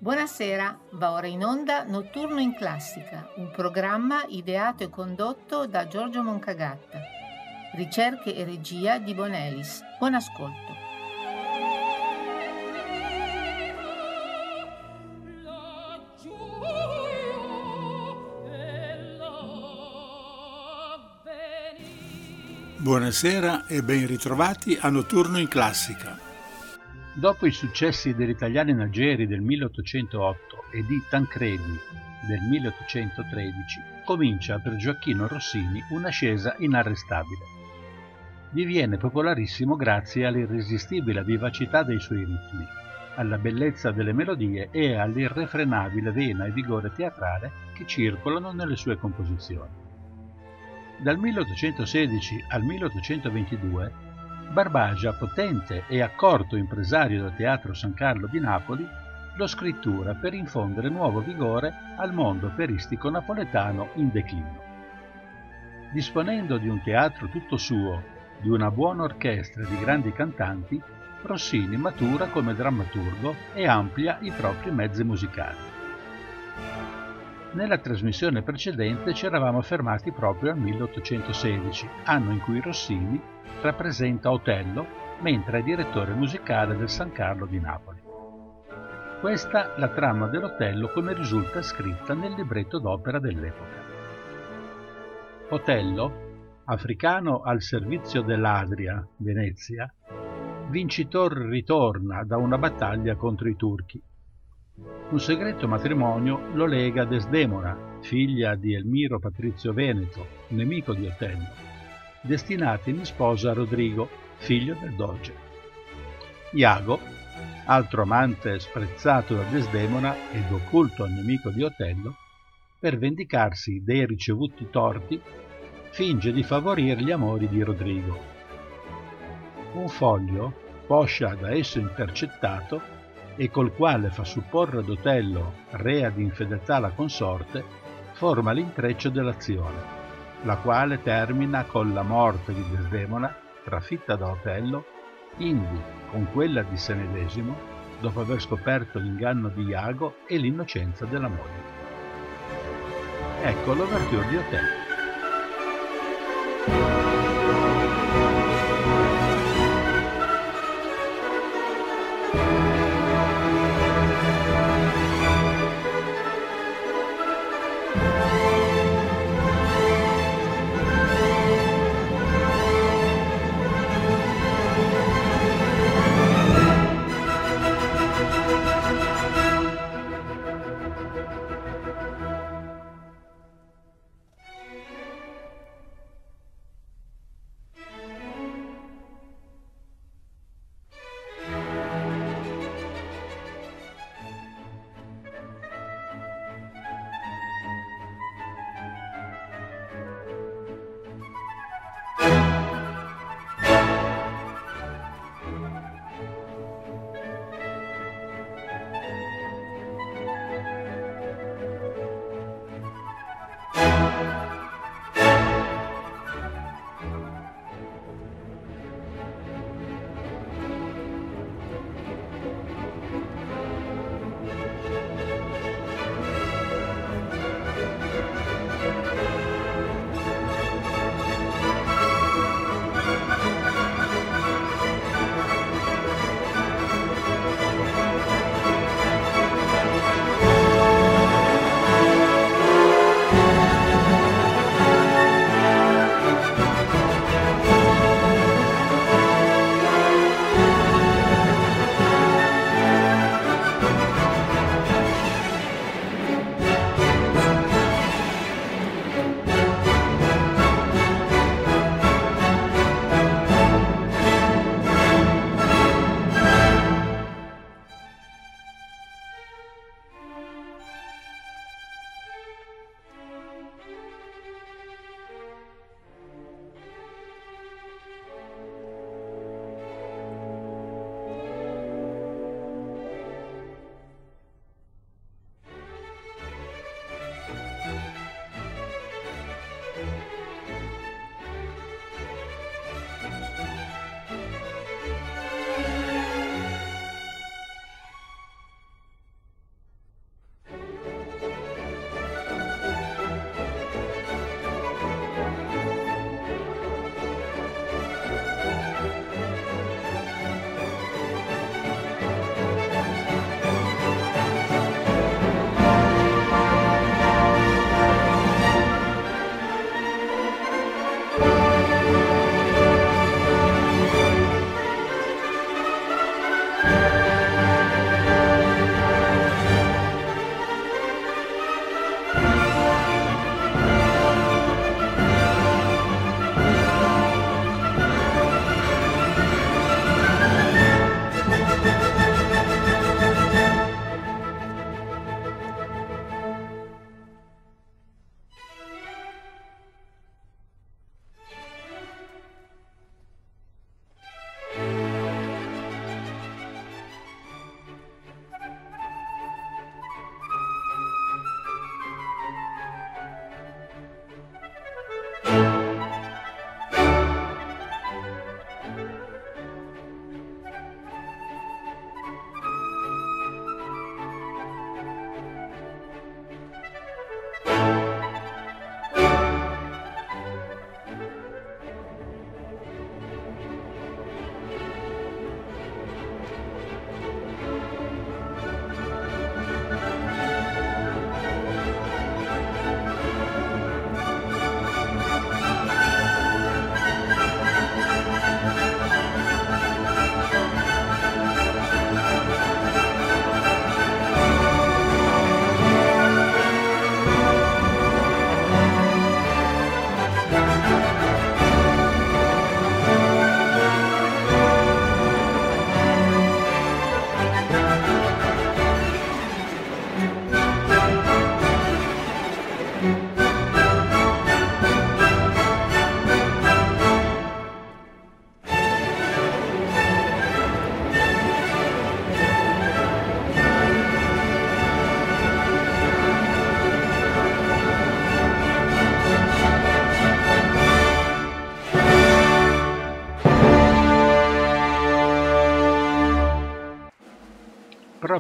Buonasera, va ora in onda Notturno in Classica, un programma ideato e condotto da Giorgio Moncagatta. Ricerche e regia di Bonelis. Buon ascolto. Buonasera e ben ritrovati a Notturno in Classica. Dopo i successi degli italiani Nageri del 1808 e di Tancredi del 1813, comincia per Gioacchino Rossini un'ascesa inarrestabile. Diviene popolarissimo grazie all'irresistibile vivacità dei suoi ritmi, alla bellezza delle melodie e all'irrefrenabile vena e vigore teatrale che circolano nelle sue composizioni. Dal 1816 al 1822 Barbagia, potente e accorto impresario del Teatro San Carlo di Napoli, lo scrittura per infondere nuovo vigore al mondo operistico napoletano in declino. Disponendo di un teatro tutto suo, di una buona orchestra e di grandi cantanti, Rossini matura come drammaturgo e amplia i propri mezzi musicali. Nella trasmissione precedente ci eravamo fermati proprio al 1816, anno in cui Rossini rappresenta Otello mentre è direttore musicale del San Carlo di Napoli. Questa la trama dell'Otello come risulta scritta nel libretto d'opera dell'epoca. Otello, africano al servizio dell'Adria, Venezia, vincitor ritorna da una battaglia contro i turchi. Un segreto matrimonio lo lega a Desdemona, figlia di Elmiro Patrizio Veneto, nemico di Otello, destinata in sposa a Rodrigo, figlio del doge. Iago, altro amante sprezzato da Desdemona ed occulto al nemico di Otello, per vendicarsi dei ricevuti torti, finge di favorire gli amori di Rodrigo. Un foglio, poscia da esso intercettato, e col quale fa supporre ad Otello, rea di infedeltà alla consorte, forma l'intreccio dell'azione, la quale termina con la morte di Desdemona, trafitta da Otello, indi con quella di se medesimo, dopo aver scoperto l'inganno di Iago e l'innocenza della moglie. Ecco l'ouverture di Otello.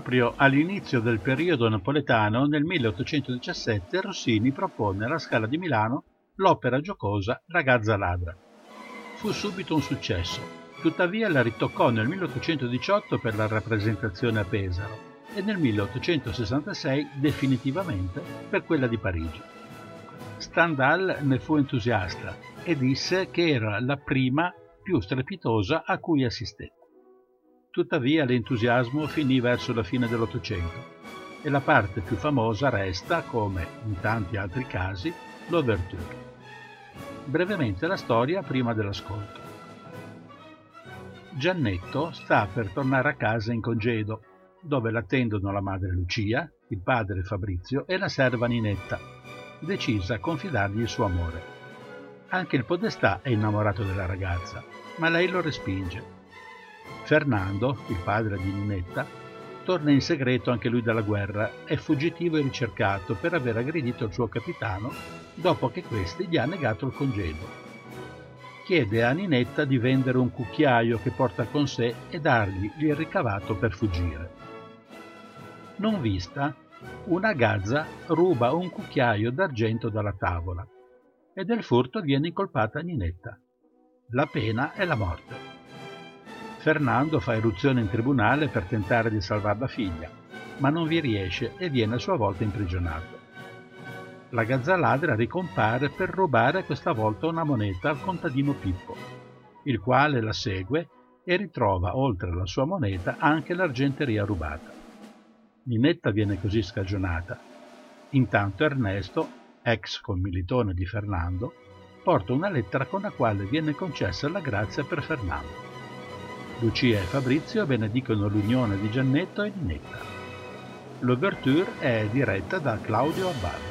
Proprio all'inizio del periodo napoletano, nel 1817, Rossini propone alla Scala di Milano l'opera giocosa La Gazza Ladra. Fu subito un successo, tuttavia la ritoccò nel 1818 per la rappresentazione a Pesaro e nel 1866 definitivamente per quella di Parigi. Stendhal ne fu entusiasta e disse che era la prima più strepitosa a cui assistette. Tuttavia l'entusiasmo finì verso la fine dell'Ottocento e la parte più famosa resta, come in tanti altri casi, l'ouverture. Brevemente la storia prima dell'ascolto. Giannetto sta per tornare a casa in congedo, dove l'attendono la madre Lucia, il padre Fabrizio e la serva Ninetta, decisa a confidargli il suo amore. Anche il podestà è innamorato della ragazza, ma lei lo respinge. Fernando, il padre di Ninetta, torna in segreto anche lui dalla guerra, è fuggitivo e ricercato per aver aggredito il suo capitano dopo che questi gli ha negato il congedo. Chiede a Ninetta di vendere un cucchiaio che porta con sé e dargli il ricavato per fuggire. Non vista, una gazza ruba un cucchiaio d'argento dalla tavola e del furto viene incolpata Ninetta. La pena è la morte. Fernando fa irruzione in tribunale per tentare di salvare la figlia, ma non vi riesce e viene a sua volta imprigionato. La gazza ladra ricompare per rubare questa volta una moneta al contadino Pippo, il quale la segue e ritrova oltre alla sua moneta anche l'argenteria rubata. Ninetta viene così scagionata. Intanto Ernesto, ex commilitone di Fernando, porta una lettera con la quale viene concessa la grazia per Fernando. Lucia e Fabrizio benedicono l'unione di Giannetto e Ninetta. L'ouverture è diretta da Claudio Abbado.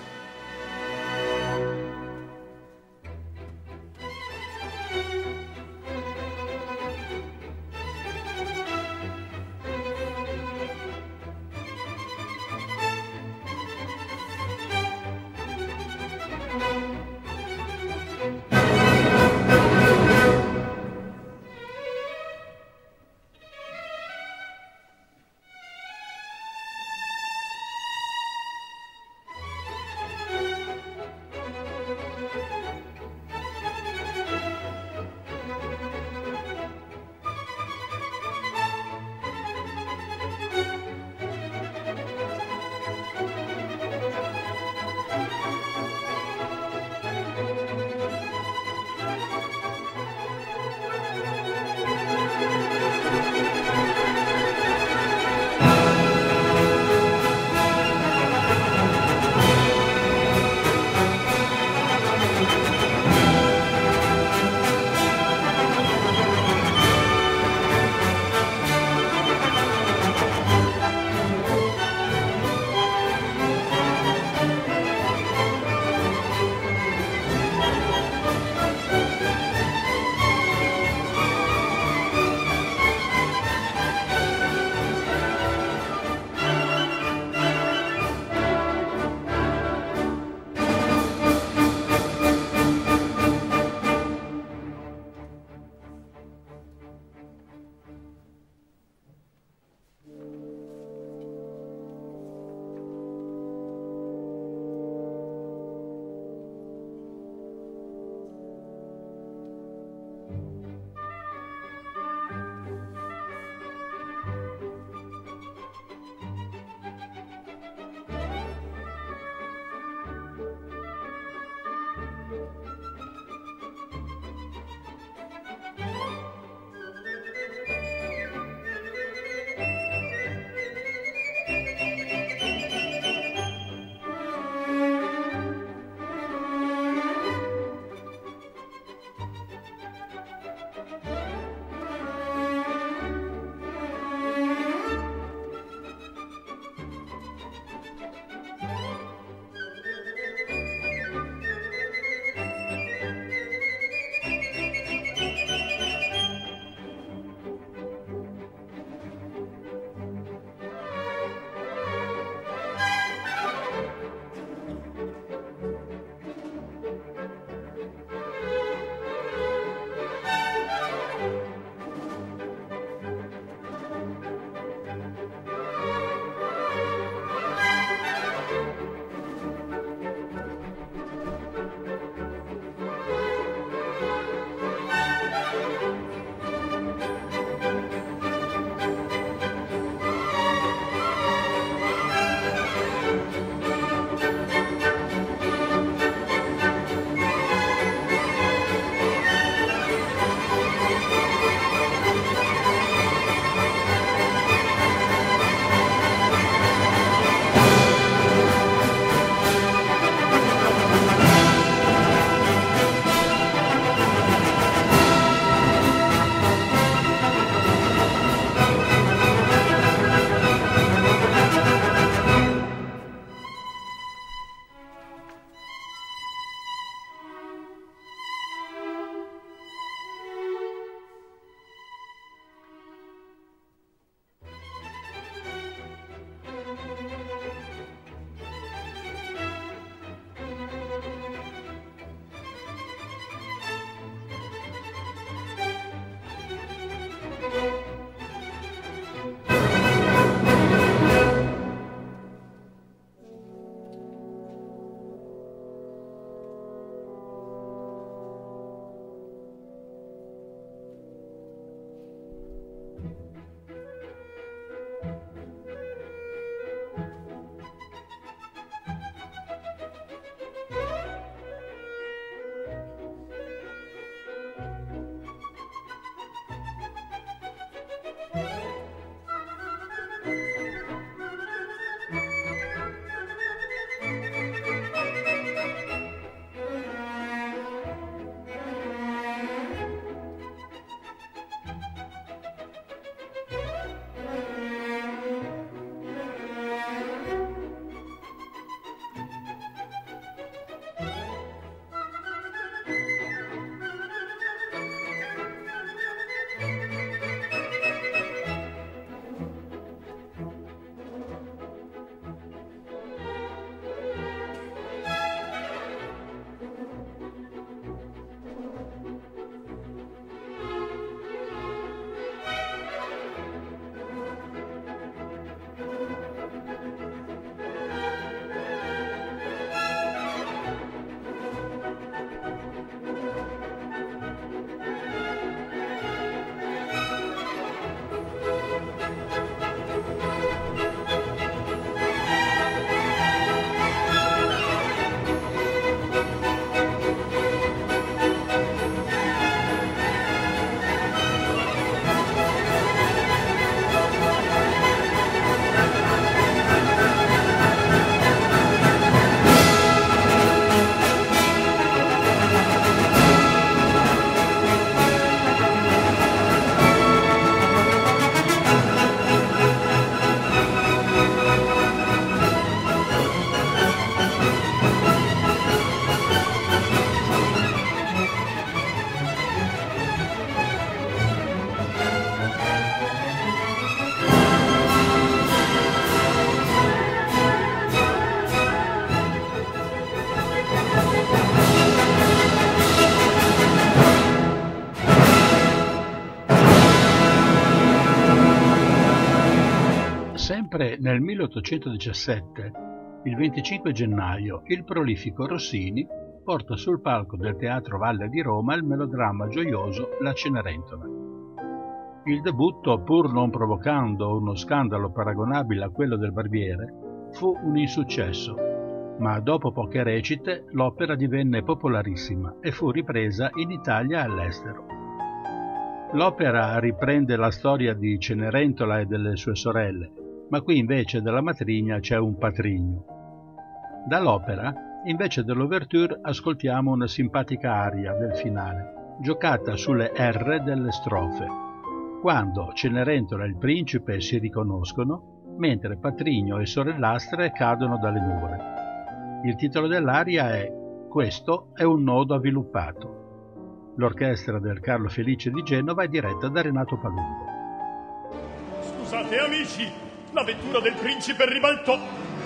Sempre nel 1817, il 25 gennaio, il prolifico Rossini porta sul palco del Teatro Valle di Roma il melodramma gioioso La Cenerentola. Il debutto, pur non provocando uno scandalo paragonabile a quello del Barbiere, fu un insuccesso, ma dopo poche recite l'opera divenne popolarissima e fu ripresa in Italia e all'estero. L'opera riprende la storia di Cenerentola e delle sue sorelle, ma qui invece della matrigna c'è un patrigno. Dall'opera, invece dell'ouverture, ascoltiamo una simpatica aria del finale, giocata sulle R delle strofe, quando Cenerentola e il principe si riconoscono, mentre patrigno e sorellastre cadono dalle nuvole. Il titolo dell'aria è Questo è un nodo avviluppato. L'orchestra del Carlo Felice di Genova è diretta da Renato Palumbo. Scusate amici, la vettura del principe ribaltò.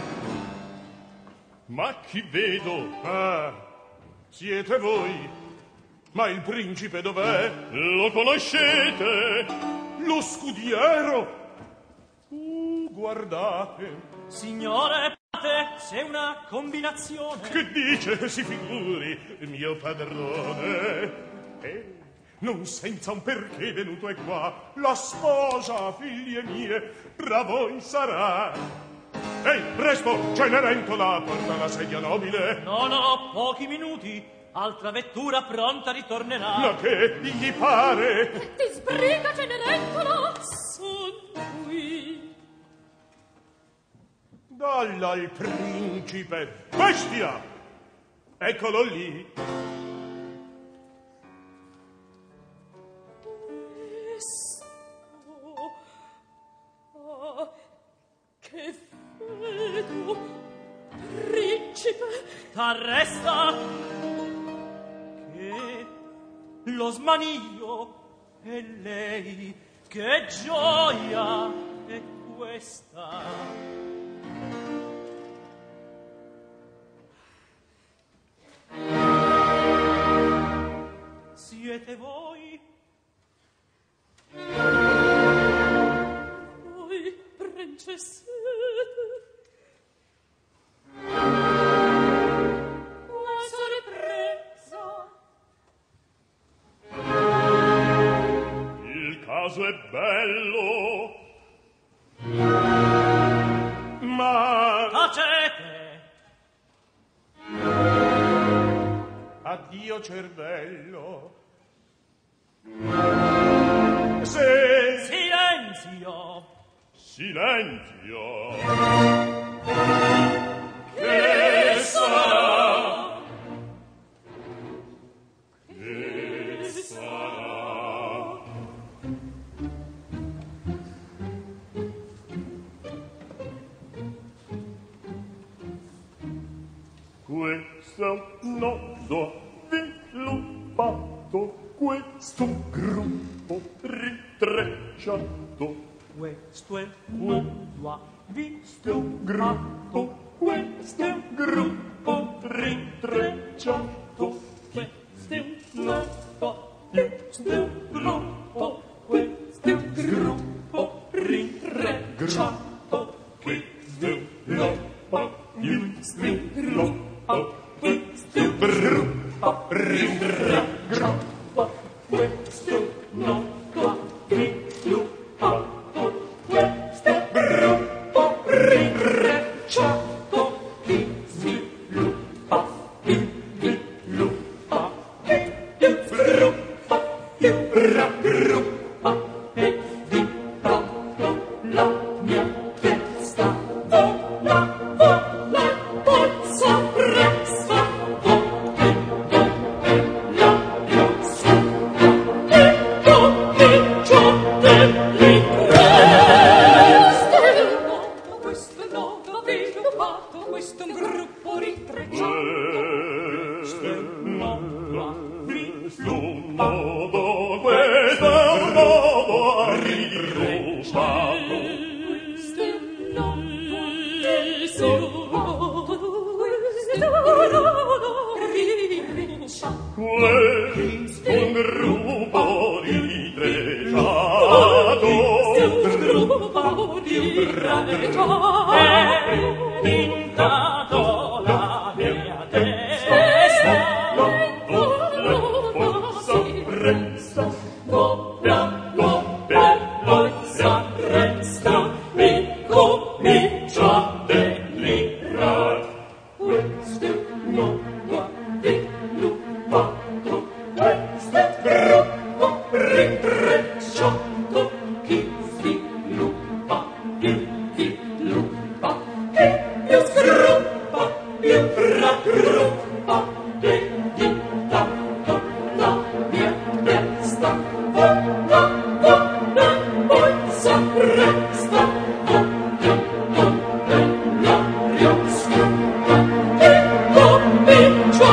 Ma chi vedo? Ah, siete voi. Ma il principe dov'è? Lo conoscete? Lo scudiero. Guardate. Signore, c'è una combinazione. Che dice? Si figuri, mio padrone. Non senza un perché venuto è qua. La sposa, figlie mie, tra voi sarà. Ehi, presto, Cenerentola, porta la sedia nobile. No, pochi minuti. Altra vettura pronta ritornerà. Ma che gli pare? Ti sbriga, Cenerentola! Son qui. Dalla al principe. Bestia! Eccolo lì. Che vedo, principe? T'arresta che lo smanio è lei, che gioia è questa. Siete voi? Voi, principesse? Il caso è bello. Ma Tacete! addio cervello. Se Silenzio! Silenzio. Che sarà? Che sarà? questo è un nodo avviluppato, questo gruppo ritrecciato, Questo è un tua visto gruppo, questo è un gruppo ritrecciato, Questo è un nodo, questo è un gruppo, questo è un gruppo ritrecciato, questo è un gruppo, questo è un gruppo, questo è un gruppo ritrecciato, questo è un nodo avviluppato, questo è un gruppo ritrecciato, chi sviluppa, sviluppa, sviluppa, raggruppa e di pronto la mia testa vola, vola, pozza presta, la rossa e comincia dell'ingresso. Questo nodo avviluppato, questo è un gruppo ritrecciato. Questo è un nodo avviluppato, questo è un nodo avviluppato. Questo è un nodo avviluppato, questo è un nodo ritrecciato. Questo è un gruppo ritrecciato, Questo è un gruppo ritrecciato. tentato la mia testa, resta, resta, mi comincia a delirare. Questo è un uomo delupato, questo è troppo rintrecciato. Chi sviluppa, chi sviluppa, chi più sgruppa, più raggruppa, e di tanto la mia testa vola, poi s'appresta, nell'aria oscura, e comincia a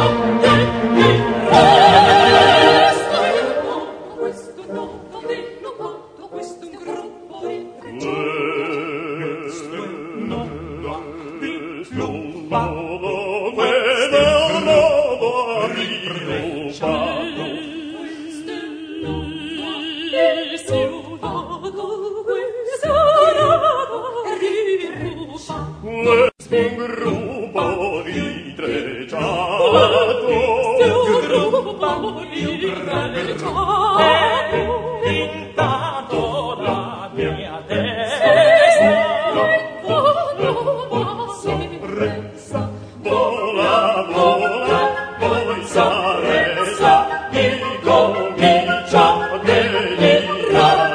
delirare. Questo nuovo delupato, questo un gruppo rintrecciato. Intanto la mia testa vola, poi s'arresta, mi comincia a delirare.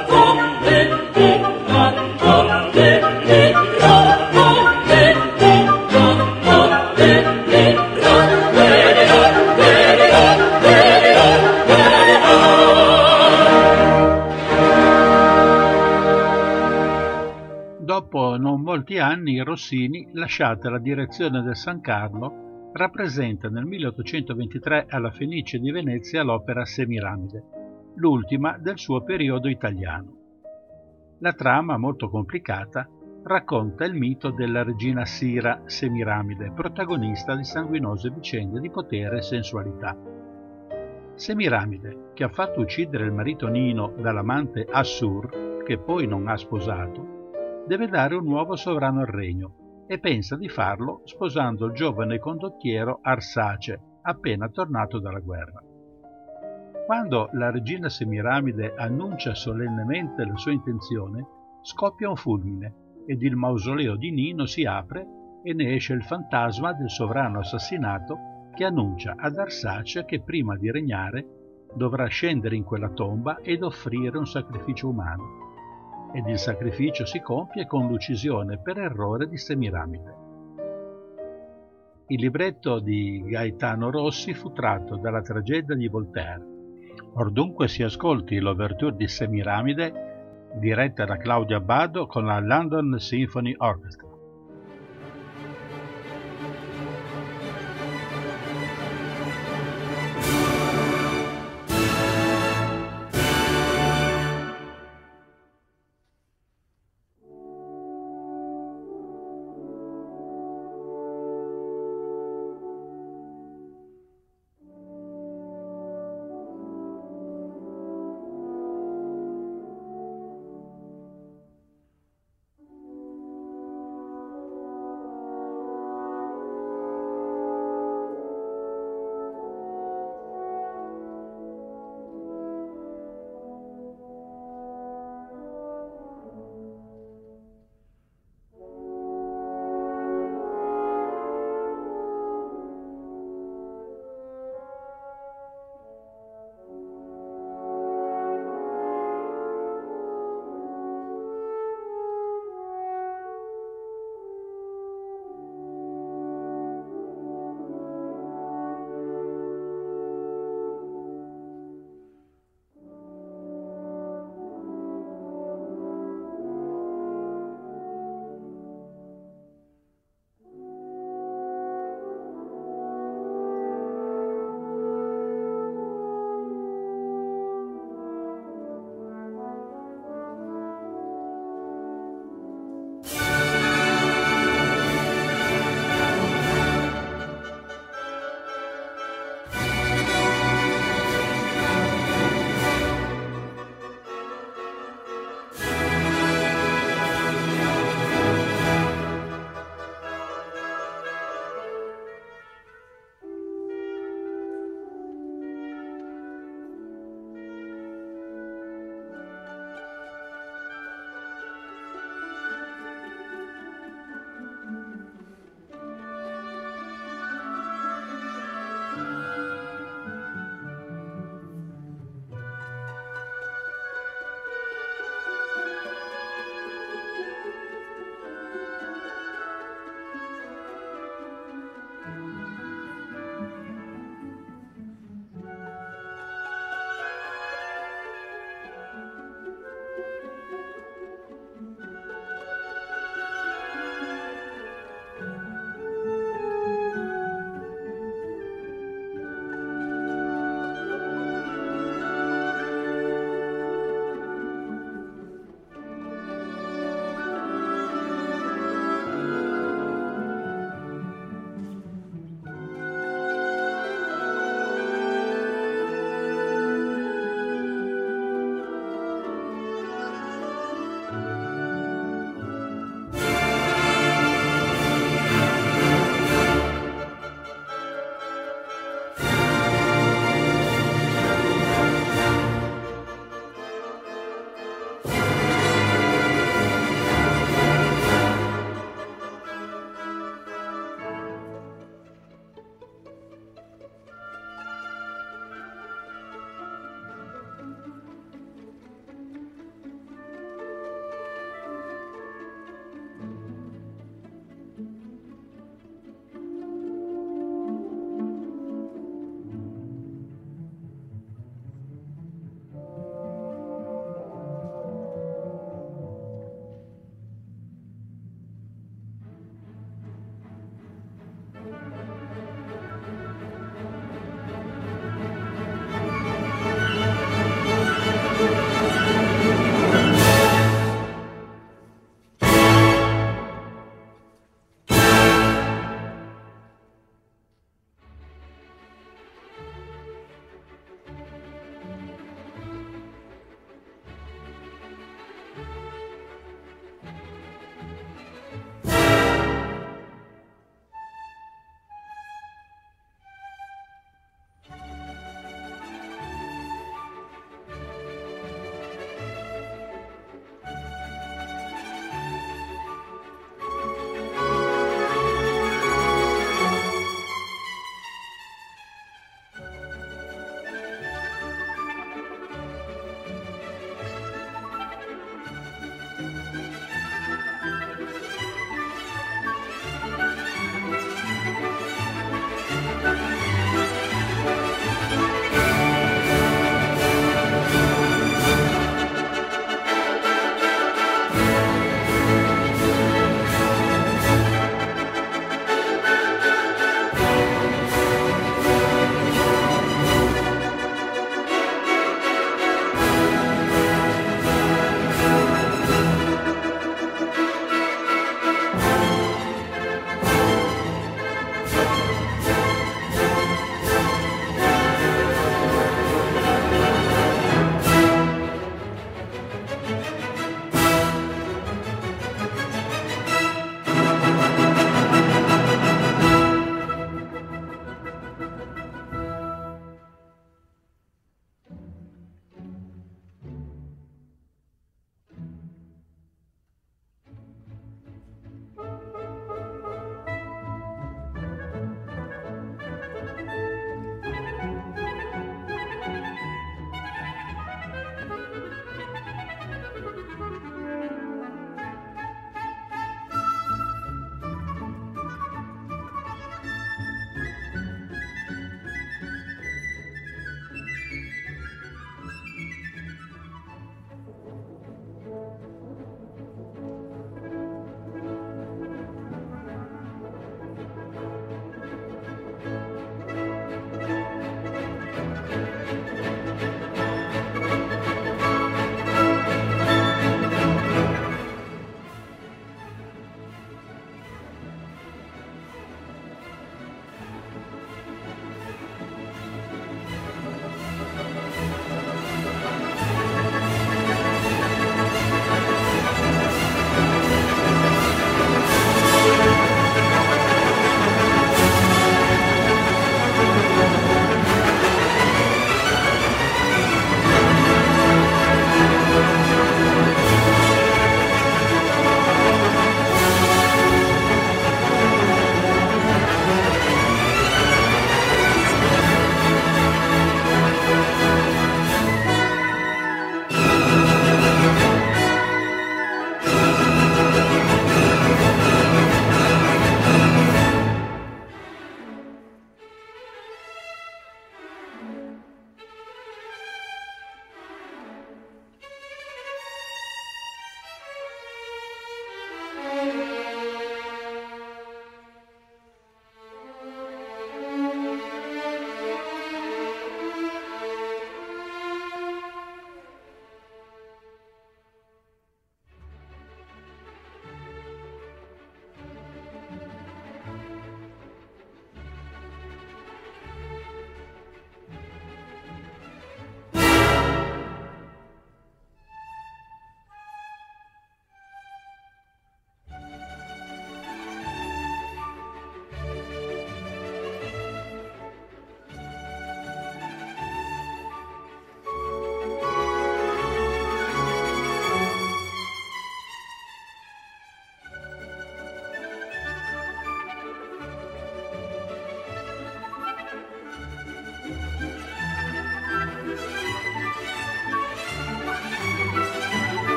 Dopo non molti anni Rossini, lasciata la direzione del San Carlo, rappresenta nel 1823 alla Fenice di Venezia l'opera Semiramide, l'ultima del suo periodo italiano. La trama, molto complicata, racconta il mito della regina Sira Semiramide, protagonista di sanguinose vicende di potere e sensualità. Semiramide, che ha fatto uccidere il marito Nino dall'amante Assur, che poi non ha sposato, deve dare un nuovo sovrano al regno e pensa di farlo sposando il giovane condottiero Arsace, appena tornato dalla guerra. Quando la regina Semiramide annuncia solennemente la sua intenzione, scoppia un fulmine ed il mausoleo di Nino si apre e ne esce il fantasma del sovrano assassinato che annuncia ad Arsace che prima di regnare dovrà scendere in quella tomba ed offrire un sacrificio umano. Ed il sacrificio si compie con l'uccisione per errore di Semiramide. Il libretto di Gaetano Rossi fu tratto dalla tragedia di Voltaire. Or dunque si ascolti l'ouverture di Semiramide, diretta da Claudio Abbado con la London Symphony Orchestra.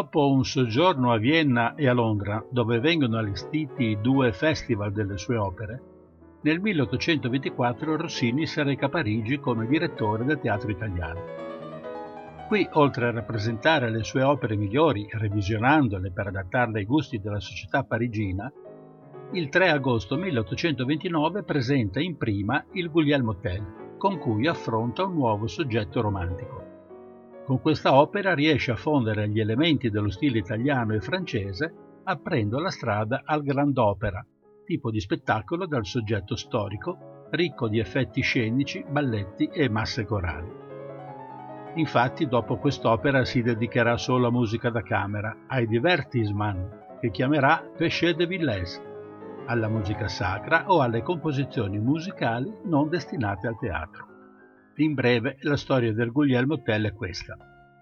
Dopo un soggiorno a Vienna e a Londra, dove vengono allestiti 2 festival delle sue opere, nel 1824 Rossini si reca a Parigi come direttore del Teatro Italiano. Qui, oltre a rappresentare le sue opere migliori, revisionandole per adattarle ai gusti della società parigina, il 3 agosto 1829 presenta in prima il Guglielmo Tell, con cui affronta un nuovo soggetto romantico. Con questa opera riesce a fondere gli elementi dello stile italiano e francese, aprendo la strada al grand'opera, tipo di spettacolo dal soggetto storico, ricco di effetti scenici, balletti e masse corali. Infatti, dopo quest'opera si dedicherà solo a musica da camera, ai divertissement, che chiamerà Péché de Villesse, alla musica sacra o alle composizioni musicali non destinate al teatro. In breve, la storia del Guglielmo Tell è questa.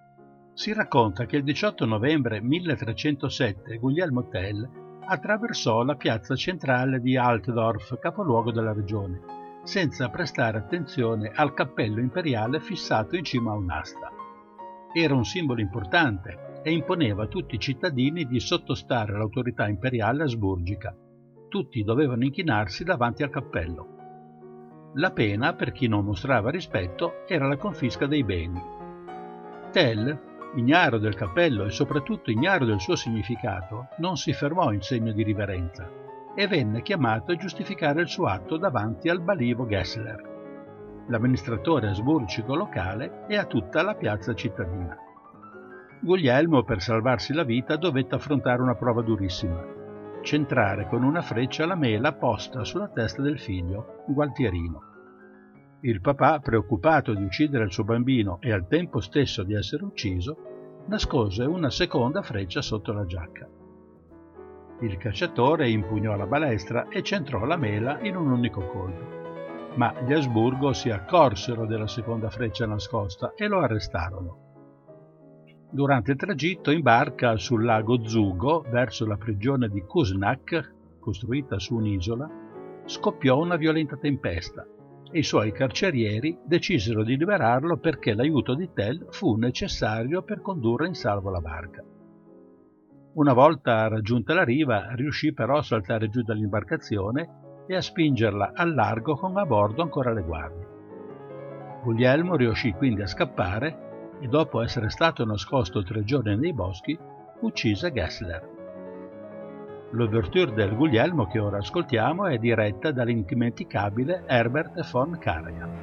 Si racconta che il 18 novembre 1307 Guglielmo Tell attraversò la piazza centrale di Altdorf, capoluogo della regione, senza prestare attenzione al cappello imperiale fissato in cima a un'asta. Era un simbolo importante e imponeva a tutti i cittadini di sottostare all'autorità imperiale asburgica. Tutti dovevano inchinarsi davanti al cappello. La pena, per chi non mostrava rispetto, era la confisca dei beni. Tell, ignaro del cappello e soprattutto ignaro del suo significato, non si fermò in segno di riverenza e venne chiamato a giustificare il suo atto davanti al balivo Gessler, l'amministratore asburgico locale, e a tutta la piazza cittadina. Guglielmo, per salvarsi la vita, dovette affrontare una prova durissima: centrare con una freccia la mela posta sulla testa del figlio, Gualtierino. Il papà, preoccupato di uccidere il suo bambino e al tempo stesso di essere ucciso, nascose una seconda freccia sotto la giacca. Il cacciatore impugnò la balestra e centrò la mela in un unico colpo. Ma gli Asburgo si accorsero della seconda freccia nascosta e lo arrestarono. Durante il tragitto in barca sul lago Zugo, verso la prigione di Kuznach, costruita su un'isola, scoppiò una violenta tempesta e i suoi carcerieri decisero di liberarlo perché l'aiuto di Tell fu necessario per condurre in salvo la barca. Una volta raggiunta la riva, riuscì però a saltare giù dall'imbarcazione e a spingerla al largo con a bordo ancora le guardie. Guglielmo riuscì quindi a scappare e, dopo essere stato nascosto 3 giorni nei boschi, uccise Gessler. L'ouverture del Guglielmo che ora ascoltiamo è diretta dall'indimenticabile Herbert von Karajan.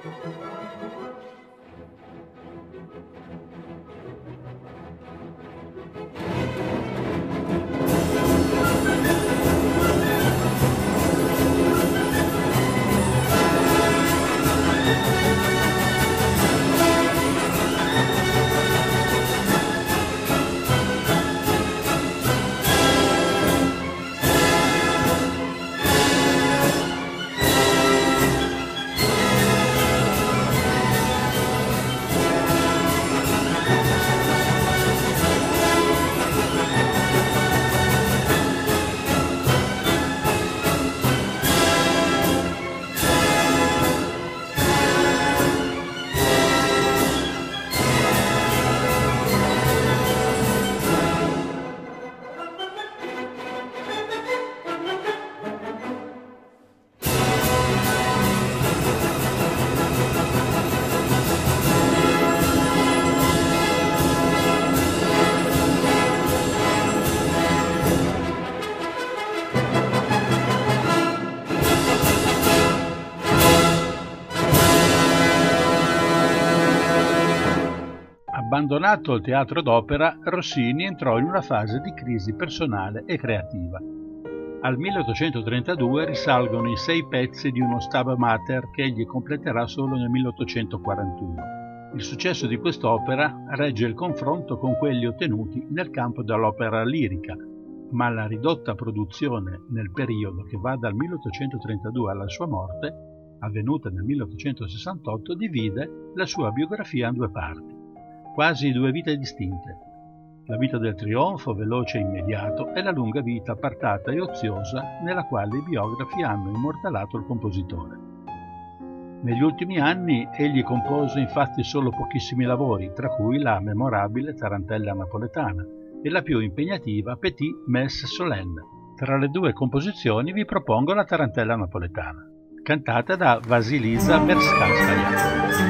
Abbandonato il teatro d'opera, Rossini entrò in una fase di crisi personale e creativa. Al 1832 risalgono i 6 pezzi di uno Stabat Mater che egli completerà solo nel 1841. Il successo di quest'opera regge il confronto con quelli ottenuti nel campo dell'opera lirica, ma la ridotta produzione nel periodo che va dal 1832 alla sua morte, avvenuta nel 1868, divide la sua biografia in 2 parti, quasi 2 vite distinte: la vita del trionfo, veloce e immediato, e la lunga vita appartata e oziosa nella quale i biografi hanno immortalato il compositore. Negli ultimi anni egli compose infatti solo pochissimi lavori, tra cui la memorabile Tarantella napoletana e la più impegnativa Petit Messe Solenne. Tra le 2 composizioni vi propongo la Tarantella napoletana, cantata da Vasilisa Berskhanskaya.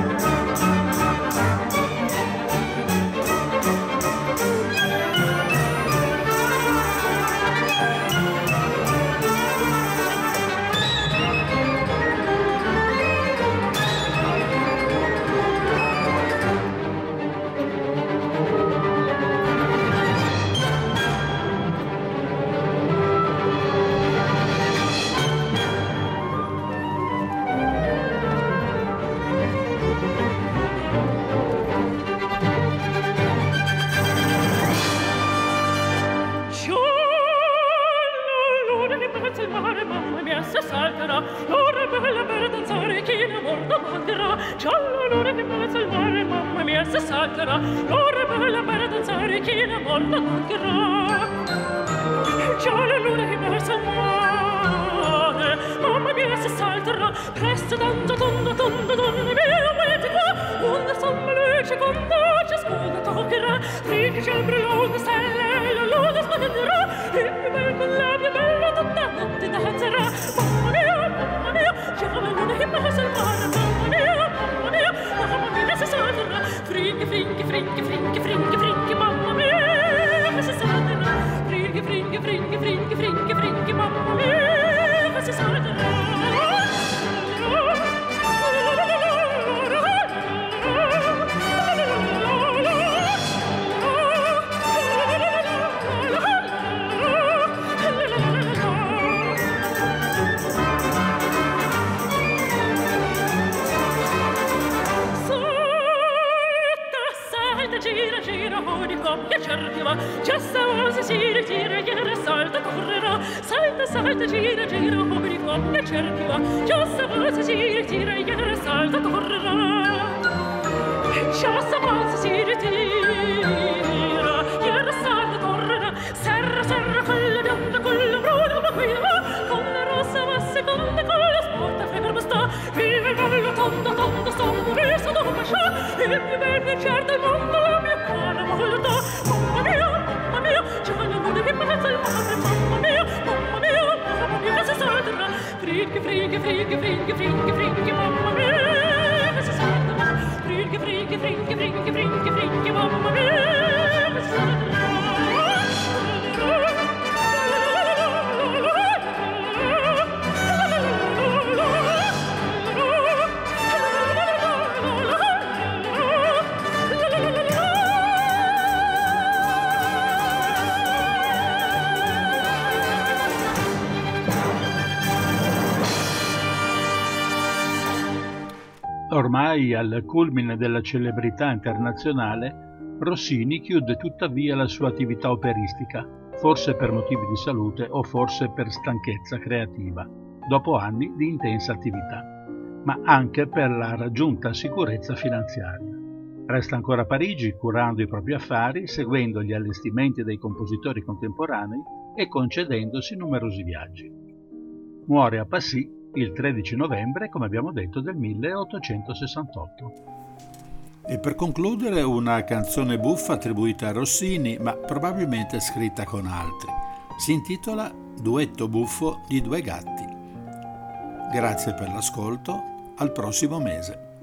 Ormai al culmine della celebrità internazionale, Rossini chiude tuttavia la sua attività operistica, forse per motivi di salute o forse per stanchezza creativa, dopo anni di intensa attività, ma anche per la raggiunta sicurezza finanziaria. Resta ancora a Parigi curando i propri affari, seguendo gli allestimenti dei compositori contemporanei e concedendosi numerosi viaggi. Muore a Passy il 13 novembre, come abbiamo detto, del 1868. E per concludere una canzone buffa attribuita a Rossini, ma probabilmente scritta con altri. Si intitola Duetto buffo di due gatti. Grazie per l'ascolto, al prossimo mese.